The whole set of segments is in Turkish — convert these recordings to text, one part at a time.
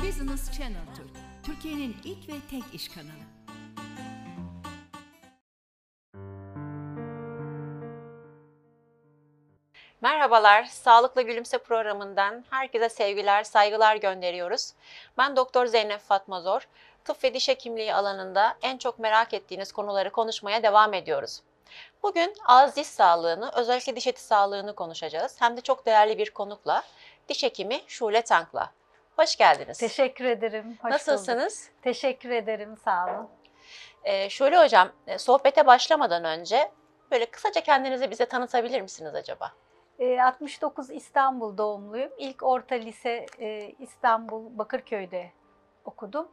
Business Channel Türk, Türkiye'nin ilk ve tek iş kanalı. Merhabalar, Sağlıkla Gülümse programından herkese sevgiler, saygılar gönderiyoruz. Ben Doktor Zeynep Fatma Zor. Tıp ve diş hekimliği alanında en çok merak ettiğiniz konuları konuşmaya devam ediyoruz. Bugün ağız diş sağlığını, özellikle diş eti sağlığını konuşacağız. Hem de çok değerli bir konukla, diş hekimi Şule Tank'la. Hoş geldiniz. Teşekkür ederim. Hoş Nasılsınız? bulduk. Teşekkür ederim. Sağ olun. Şule Hocam, sohbete başlamadan önce böyle kısaca kendinizi bize tanıtabilir misiniz acaba? 69 İstanbul doğumluyum. İlk orta lise İstanbul Bakırköy'de okudum.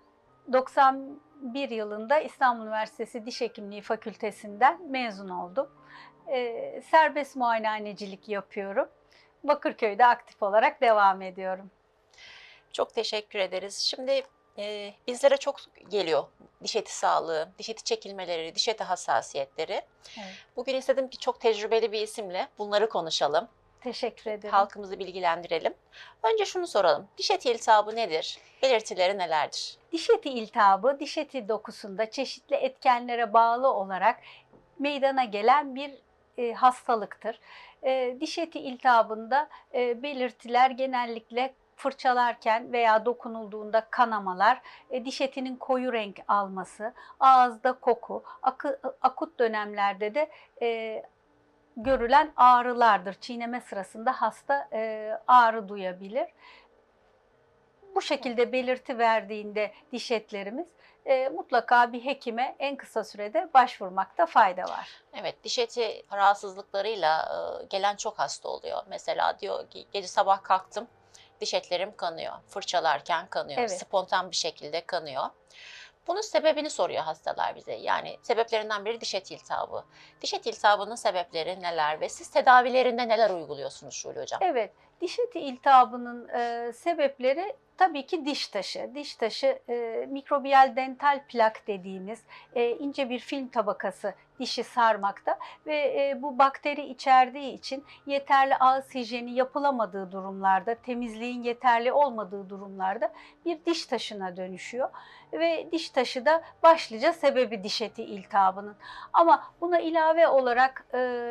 91 yılında İstanbul Üniversitesi Diş Hekimliği Fakültesinden mezun oldum. Serbest muayenehanecilik yapıyorum. Bakırköy'de aktif olarak devam ediyorum. Çok teşekkür ederiz. Şimdi bizlere çok geliyor diş eti sağlığı, diş eti çekilmeleri, diş eti hassasiyetleri. Evet. Bugün istedim ki çok tecrübeli bir isimle bunları konuşalım. Teşekkür ederim. Halkımızı bilgilendirelim. Önce şunu soralım. Diş eti iltihabı nedir? Belirtileri nelerdir? Diş eti iltihabı, diş eti dokusunda çeşitli etkenlere bağlı olarak meydana gelen bir hastalıktır. Diş eti iltihabında belirtiler genellikle fırçalarken veya dokunulduğunda kanamalar, diş etinin koyu renk alması, ağızda koku, akut dönemlerde de görülen ağrılardır. Çiğneme sırasında hasta ağrı duyabilir. Bu şekilde belirti verdiğinde diş etlerimiz mutlaka bir hekime en kısa sürede başvurmakta fayda var. Evet, diş eti rahatsızlıklarıyla gelen çok hasta oluyor. Mesela diyor ki gece sabah kalktım, diş etlerim kanıyor, fırçalarken kanıyor, Evet. spontan bir şekilde kanıyor. Bunun sebebini soruyor hastalar bize. Yani sebeplerinden biri diş eti iltihabı. Diş eti iltihabının sebepleri neler ve siz tedavilerinde neler uyguluyorsunuz Şule Hocam? Evet, diş eti iltihabının sebepleri tabii ki diş taşı. Diş taşı mikrobiyal dental plak dediğimiz ince bir film tabakası dişi sarmakta ve bu bakteri içerdiği için yeterli ağız hijyeni yapılamadığı durumlarda, temizliğin yeterli olmadığı durumlarda bir diş taşına dönüşüyor. Ve diş taşı da başlıca sebebi diş eti iltihabının. Ama buna ilave olarak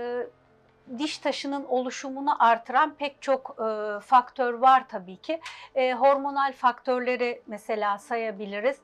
diş taşının oluşumunu artıran pek çok faktör var tabii ki. Hormonal faktörleri mesela sayabiliriz.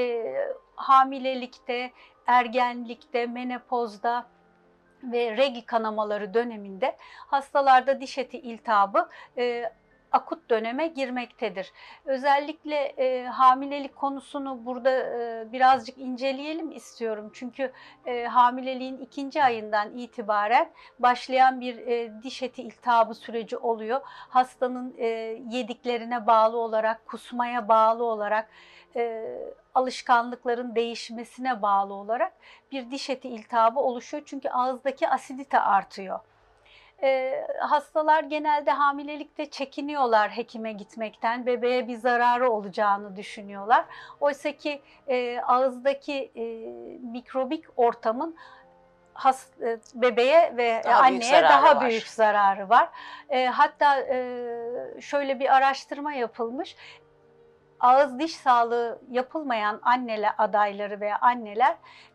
Hamilelikte, ergenlikte, menopozda ve regl kanamaları döneminde hastalarda diş eti iltihabı akut döneme girmektedir. Özellikle hamilelik konusunu burada birazcık inceleyelim istiyorum. Çünkü hamileliğin 2. ayından itibaren başlayan bir diş eti iltihabı süreci oluyor. Hastanın yediklerine bağlı olarak, kusmaya bağlı olarak, alışkanlıkların değişmesine bağlı olarak bir diş eti iltihabı oluşuyor. Çünkü ağızdaki asidite artıyor. Hastalar genelde hamilelikte çekiniyorlar hekime gitmekten, bebeğe bir zararı olacağını düşünüyorlar. Oysa ki ağızdaki mikrobik ortamın bebeğe ve anneye daha büyük zararı var. Hatta şöyle bir araştırma yapılmış. Ağız diş sağlığı yapılmayan anneler adayları veya anneler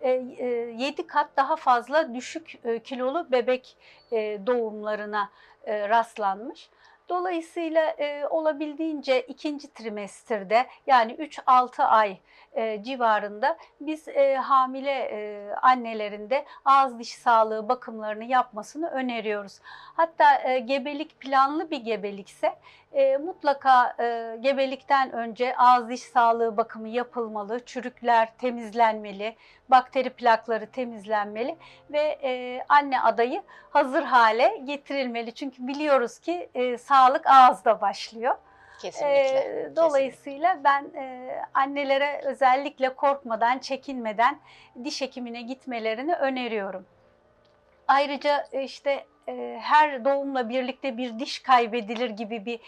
7 kat daha fazla düşük kilolu bebek doğumlarına rastlanmış. Dolayısıyla olabildiğince 2. trimesterde yani 3-6 ay civarında biz hamile annelerin de ağız diş sağlığı bakımlarını yapmasını öneriyoruz. Hatta gebelik planlı bir gebelikse mutlaka gebelikten önce ağız diş sağlığı bakımı yapılmalı, çürükler temizlenmeli, bakteri plakları temizlenmeli ve anne adayı hazır hale getirilmeli. Çünkü biliyoruz ki sağlık ağızda başlıyor. Kesinlikle. Dolayısıyla ben annelere özellikle korkmadan, çekinmeden diş hekimine gitmelerini öneriyorum. Ayrıca işte her doğumla birlikte bir diş kaybedilir gibi bir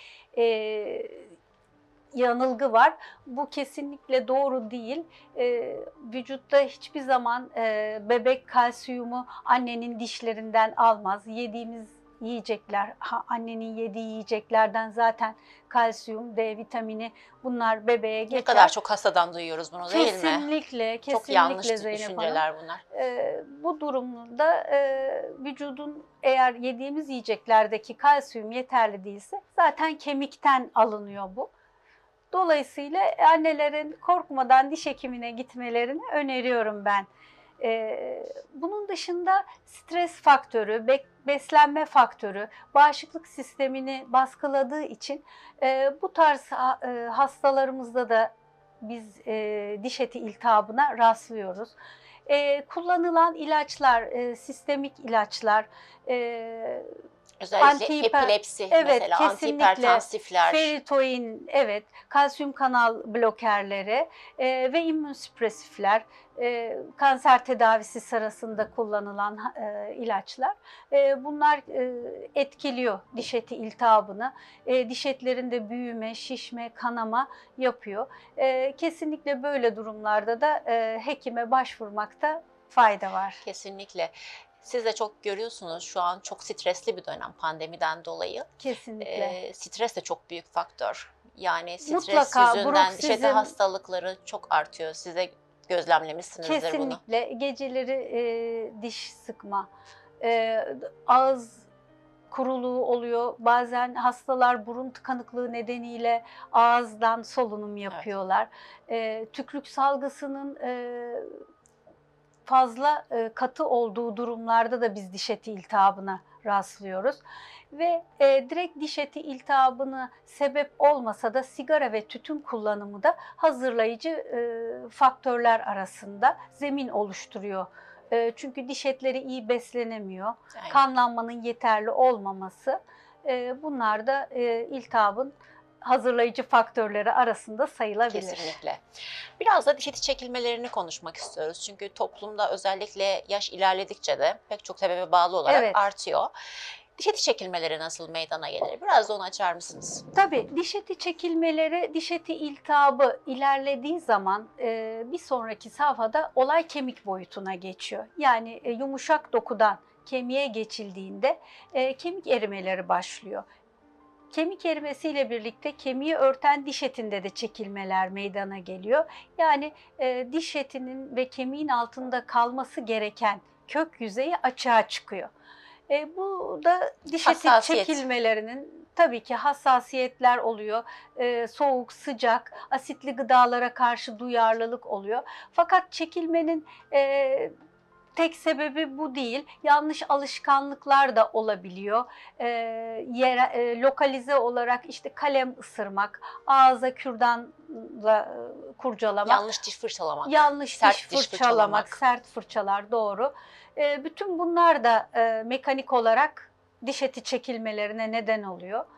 yanılgı var. Bu kesinlikle doğru değil. Vücutta hiçbir zaman bebek kalsiyumu annenin dişlerinden almaz. Yediğimiz yiyecekler, annenin yediği yiyeceklerden zaten kalsiyum, D vitamini bunlar bebeğe geçer. Ne kadar çok hastadan duyuyoruz bunu, değil mi? Kesinlikle, kesinlikle Çok yanlış Zeynep düşünceler Hanım. bunlar. Bu durumda vücudun eğer yediğimiz yiyeceklerdeki kalsiyum yeterli değilse zaten kemikten alınıyor bu. Dolayısıyla annelerin korkmadan diş hekimine gitmelerini öneriyorum ben. Bunun dışında stres faktörü, beslenme faktörü, bağışıklık sistemini baskıladığı için bu tarz hastalarımızda da biz diş eti iltihabına rastlıyoruz. Kullanılan ilaçlar, sistemik ilaçlar, Özellikle epilepsi mesela, antihipertansifler. Ferritoin, evet, kalsiyum kanal blokerleri ve immünsüpresifler, kanser tedavisi sırasında kullanılan ilaçlar. Bunlar etkiliyor diş eti iltihabını, diş etlerinde büyüme, şişme, kanama yapıyor. Kesinlikle böyle durumlarda da hekime başvurmakta fayda var. Kesinlikle. Siz de çok görüyorsunuz, şu an çok stresli bir dönem pandemiden dolayı. Kesinlikle. Stres de çok büyük faktör. Yani stres Mutlaka, yüzünden diş eti bruksizm hastalıkları çok artıyor. Siz de gözlemlemişsinizdir bunu. kesinlikle geceleri diş sıkma, ağız kuruluğu oluyor. Bazen hastalar burun tıkanıklığı nedeniyle ağızdan solunum yapıyorlar. Tükrük salgısının fazla katı olduğu durumlarda da biz diş eti iltihabına rastlıyoruz. Ve direkt diş eti iltihabına sebep olmasa da sigara ve tütün kullanımı da hazırlayıcı faktörler arasında zemin oluşturuyor. Çünkü diş etleri iyi beslenemiyor, Aynen. kanlanmanın yeterli olmaması bunlar da iltihabın hazırlayıcı faktörleri arasında sayılabilir. Kesinlikle. Biraz da diş eti çekilmelerini konuşmak istiyoruz. Çünkü toplumda özellikle yaş ilerledikçe de pek çok sebebe bağlı olarak artıyor. Diş eti çekilmeleri nasıl meydana gelir? Biraz da onu açar mısınız? Tabii diş eti çekilmeleri, diş eti iltihabı ilerlediği zaman bir sonraki safhada olay kemik boyutuna geçiyor. Yani yumuşak dokudan kemiğe geçildiğinde kemik erimeleri başlıyor. Kemik erimesiyle birlikte kemiği örten diş etinde de çekilmeler meydana geliyor. Yani diş etinin ve kemiğin altında kalması gereken kök yüzeyi açığa çıkıyor. Bu da diş eti çekilmelerinin tabii ki hassasiyetler oluyor. Soğuk, sıcak, asitli gıdalara karşı duyarlılık oluyor. Fakat çekilmenin tek sebebi bu değil. Yanlış alışkanlıklar da olabiliyor. Lokalize olarak işte kalem ısırmak, ağza kürdanla kurcalamak. Yanlış diş fırçalamak. Yanlış diş fırçalamak, sert fırçalar, doğru. Bütün bunlar da mekanik olarak diş eti çekilmelerine neden oluyor.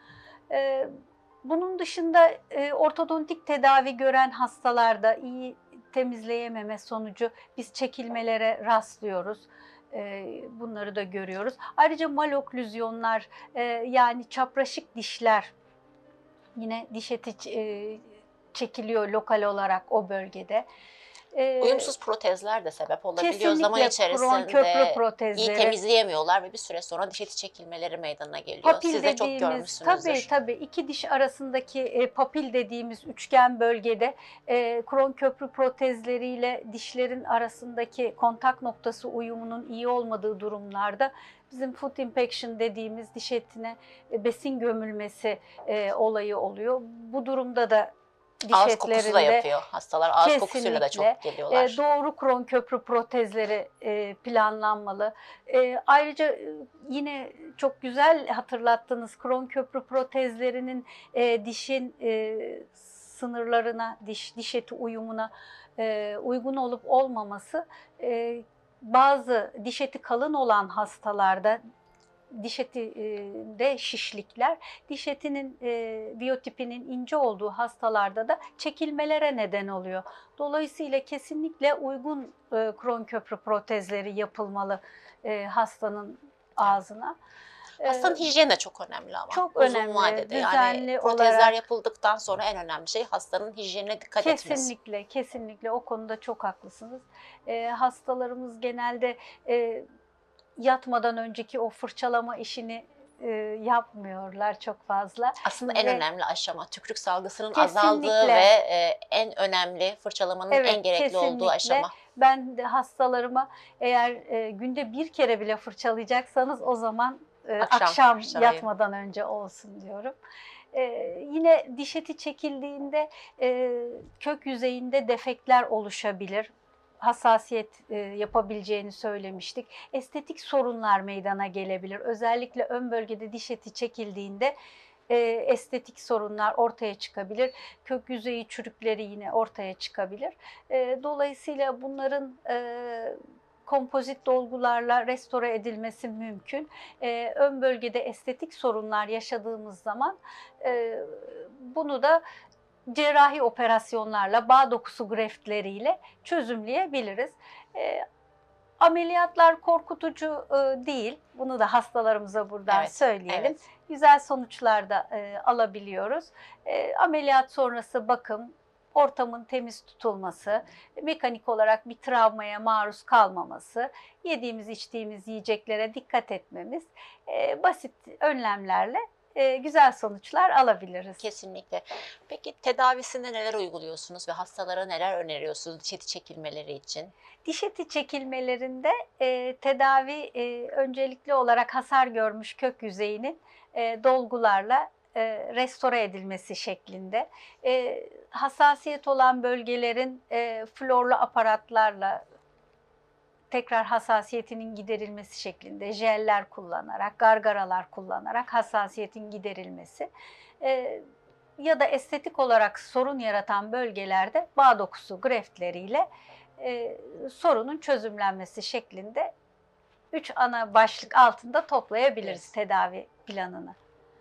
Bunun dışında ortodontik tedavi gören hastalarda iyi temizleyememe sonucu biz çekilmelere rastlıyoruz. Bunları da görüyoruz. Ayrıca maloklüzyonlar yani çapraşık dişler yine diş eti çekiliyor lokal olarak o bölgede. Uyumsuz protezler de sebep olabiliyor. Zaman içerisinde iyi temizleyemiyorlar ve bir süre sonra diş eti çekilmeleri meydana geliyor. Siz de çok görmüşsünüzdür. Tabii iki diş arasındaki papil dediğimiz üçgen bölgede kron köprü protezleriyle dişlerin arasındaki kontak noktası uyumunun iyi olmadığı durumlarda bizim food infection dediğimiz diş etine besin gömülmesi olayı oluyor. Bu durumda da diş ağız etlerinde kokusu da yapıyor. Hastalar ağız kokusuyla da çok geliyorlar. Doğru kron köprü protezleri planlanmalı. Ayrıca yine çok güzel hatırlattınız, kron köprü protezlerinin dişin sınırlarına, diş eti uyumuna uygun olup olmaması bazı diş eti kalın olan hastalarda, diş etinde şişlikler, diş etinin biyotipinin ince olduğu hastalarda da çekilmelere neden oluyor. Dolayısıyla kesinlikle uygun kron köprü protezleri yapılmalı hastanın ağzına. Hastanın hijyeni de çok önemli ama. Çok uzun önemli, vadede. düzenli yani protezler olarak yapıldıktan sonra en önemli şey hastanın hijyenine dikkat etmesi. Kesinlikle o konuda çok haklısınız. Hastalarımız genelde yatmadan önceki o fırçalama işini yapmıyorlar çok fazla. Aslında en Ve önemli aşama tükürük salgısının kesinlikle azaldığı ve en önemli fırçalamanın en evet, gerekli olduğu kesinlikle. aşama. Ben de hastalarıma eğer günde bir kere bile fırçalayacaksanız o zaman akşam fırçalayın. yatmadan önce olsun diyorum. Yine diş eti çekildiğinde kök yüzeyinde defekler oluşabilir. Hassasiyet yapabileceğini söylemiştik. Estetik sorunlar meydana gelebilir. Özellikle ön bölgede diş eti çekildiğinde estetik sorunlar ortaya çıkabilir. Kök yüzeyi çürükleri yine ortaya çıkabilir. Dolayısıyla bunların kompozit dolgularla restore edilmesi mümkün. Ön bölgede estetik sorunlar yaşadığımız zaman bunu da cerrahi operasyonlarla, bağ dokusu greftleriyle çözümleyebiliriz. Ameliyatlar korkutucu değil. Bunu da hastalarımıza buradan söyleyelim. Evet. Güzel sonuçlar da alabiliyoruz. Ameliyat sonrası bakım, ortamın temiz tutulması, mekanik olarak bir travmaya maruz kalmaması, yediğimiz içtiğimiz yiyeceklere dikkat etmemiz, basit önlemlerle güzel sonuçlar alabiliriz. Kesinlikle. Peki tedavisinde neler uyguluyorsunuz ve hastalara neler öneriyorsunuz diş eti çekilmeleri için? Diş eti çekilmelerinde tedavi öncelikli olarak hasar görmüş kök yüzeyinin dolgularla restore edilmesi şeklinde. Hassasiyet olan bölgelerin florlu aparatlarla tekrar hassasiyetinin giderilmesi şeklinde jeller kullanarak, gargaralar kullanarak hassasiyetin giderilmesi ya da estetik olarak sorun yaratan bölgelerde bağ dokusu greftleriyle sorunun çözümlenmesi şeklinde 3 ana başlık altında toplayabiliriz tedavi planını.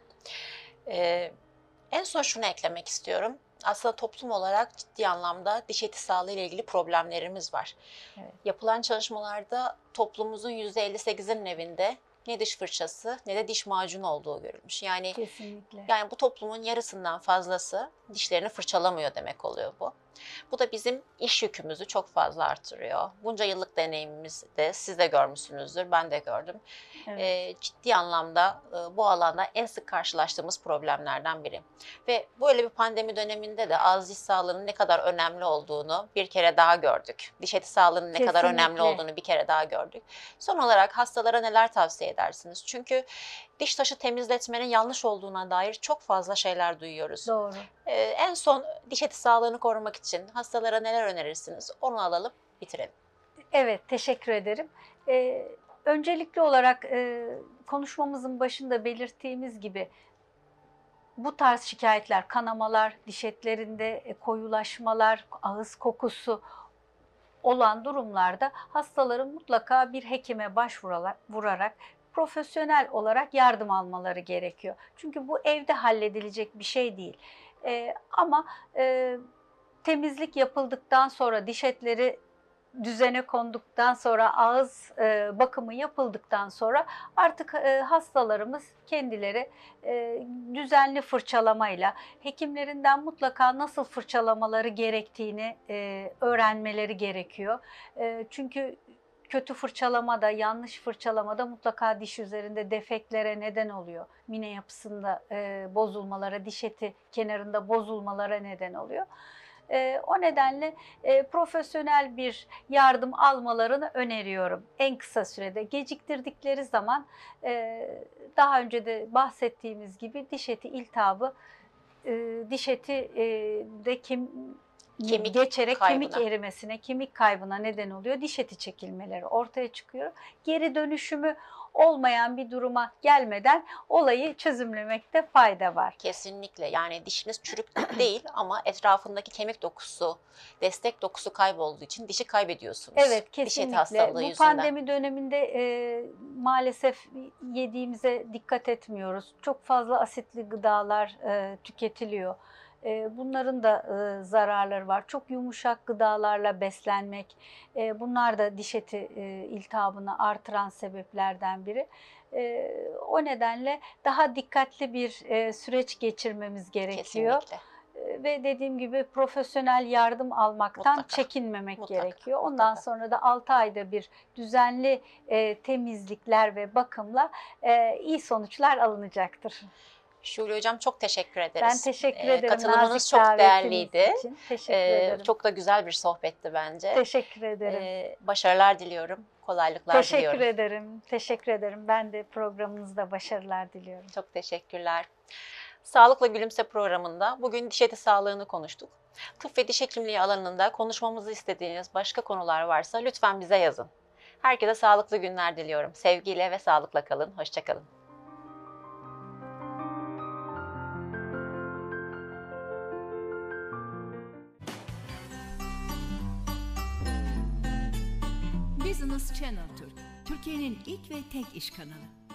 En son şunu eklemek istiyorum. Aslında toplum olarak ciddi anlamda diş eti sağlığı ile ilgili problemlerimiz var. Evet. Yapılan çalışmalarda toplumumuzun %58'inin evinde ne diş fırçası ne de diş macunu olduğu görülmüş. Kesinlikle. Yani bu toplumun yarısından fazlası dişlerini fırçalamıyor demek oluyor bu. Bu da bizim iş yükümüzü çok fazla artırıyor. Bunca yıllık deneyimimizde siz de görmüşsünüzdür, ben de gördüm. Evet. Ciddi anlamda bu alanda en sık karşılaştığımız problemlerden biri. Ve böyle bir pandemi döneminde de ağız diş sağlığının ne kadar önemli olduğunu bir kere daha gördük. Diş eti sağlığının ne kadar önemli Kesinlikle. olduğunu bir kere daha gördük. Son olarak hastalara neler tavsiye edersiniz? Çünkü diş taşı temizletmenin yanlış olduğuna dair çok fazla şeyler duyuyoruz. Doğru. En son diş eti sağlığını korumak için hastalara neler önerirsiniz? Onu alalım, bitirelim. Evet, teşekkür ederim. Öncelikli olarak konuşmamızın başında belirttiğimiz gibi bu tarz şikayetler, kanamalar, diş etlerinde koyulaşmalar, ağız kokusu olan durumlarda hastaların mutlaka bir hekime başvurarak profesyonel olarak yardım almaları gerekiyor. Çünkü bu evde halledilecek bir şey değil. Ama temizlik yapıldıktan sonra, diş etleri düzene konduktan sonra, ağız bakımı yapıldıktan sonra artık hastalarımız kendileri düzenli fırçalamayla, hekimlerinden mutlaka nasıl fırçalamaları gerektiğini öğrenmeleri gerekiyor. Çünkü kötü fırçalamada, yanlış fırçalamada mutlaka diş üzerinde defeklere neden oluyor. Mine yapısında bozulmalara, diş eti kenarında bozulmalara neden oluyor. O nedenle profesyonel bir yardım almalarını öneriyorum. En kısa sürede geciktirdikleri zaman daha önce de bahsettiğimiz gibi diş eti iltihabı, diş eti de geçerek kemik erimesine, kemik kaybına neden oluyor. Diş eti çekilmeleri ortaya çıkıyor. Geri dönüşümü olmayan bir duruma gelmeden olayı çözümlemekte fayda var. Kesinlikle. Yani dişiniz çürük değil ama etrafındaki kemik dokusu, destek dokusu kaybolduğu için dişi kaybediyorsunuz. Evet, kesinlikle. Diş eti hastalığı Bu yüzünden. pandemi döneminde maalesef yediğimize dikkat etmiyoruz. Çok fazla asitli gıdalar tüketiliyor. Bunların da zararları var. Çok yumuşak gıdalarla beslenmek, bunlar da diş eti iltihabını artıran sebeplerden biri. O nedenle daha dikkatli bir süreç geçirmemiz gerekiyor. Kesinlikle. Ve dediğim gibi profesyonel yardım almaktan Mutlaka. çekinmemek Mutlaka, gerekiyor. Ondan mutlaka. sonra da 6 ayda bir düzenli temizlikler ve bakımla iyi sonuçlar alınacaktır. Şule Hocam çok teşekkür ederiz. Ben teşekkür ederim. Katılımınız nazik çok davetiniz değerliydi. için. Teşekkür ederim. Çok da güzel bir sohbetti bence. Teşekkür ederim. Başarılar diliyorum. Kolaylıklar Teşekkür diliyorum. ederim. Teşekkür ederim. Ben de programınızda başarılar diliyorum. Çok teşekkürler. Sağlıkla Gülümse programında bugün diş eti sağlığını konuştuk. Tıp ve diş hekimliği alanında konuşmamızı istediğiniz başka konular varsa lütfen bize yazın. Herkese sağlıklı günler diliyorum. Sevgiyle ve sağlıkla kalın. Hoşça kalın. Business Channel Türk, Türkiye'nin ilk ve tek iş kanalı.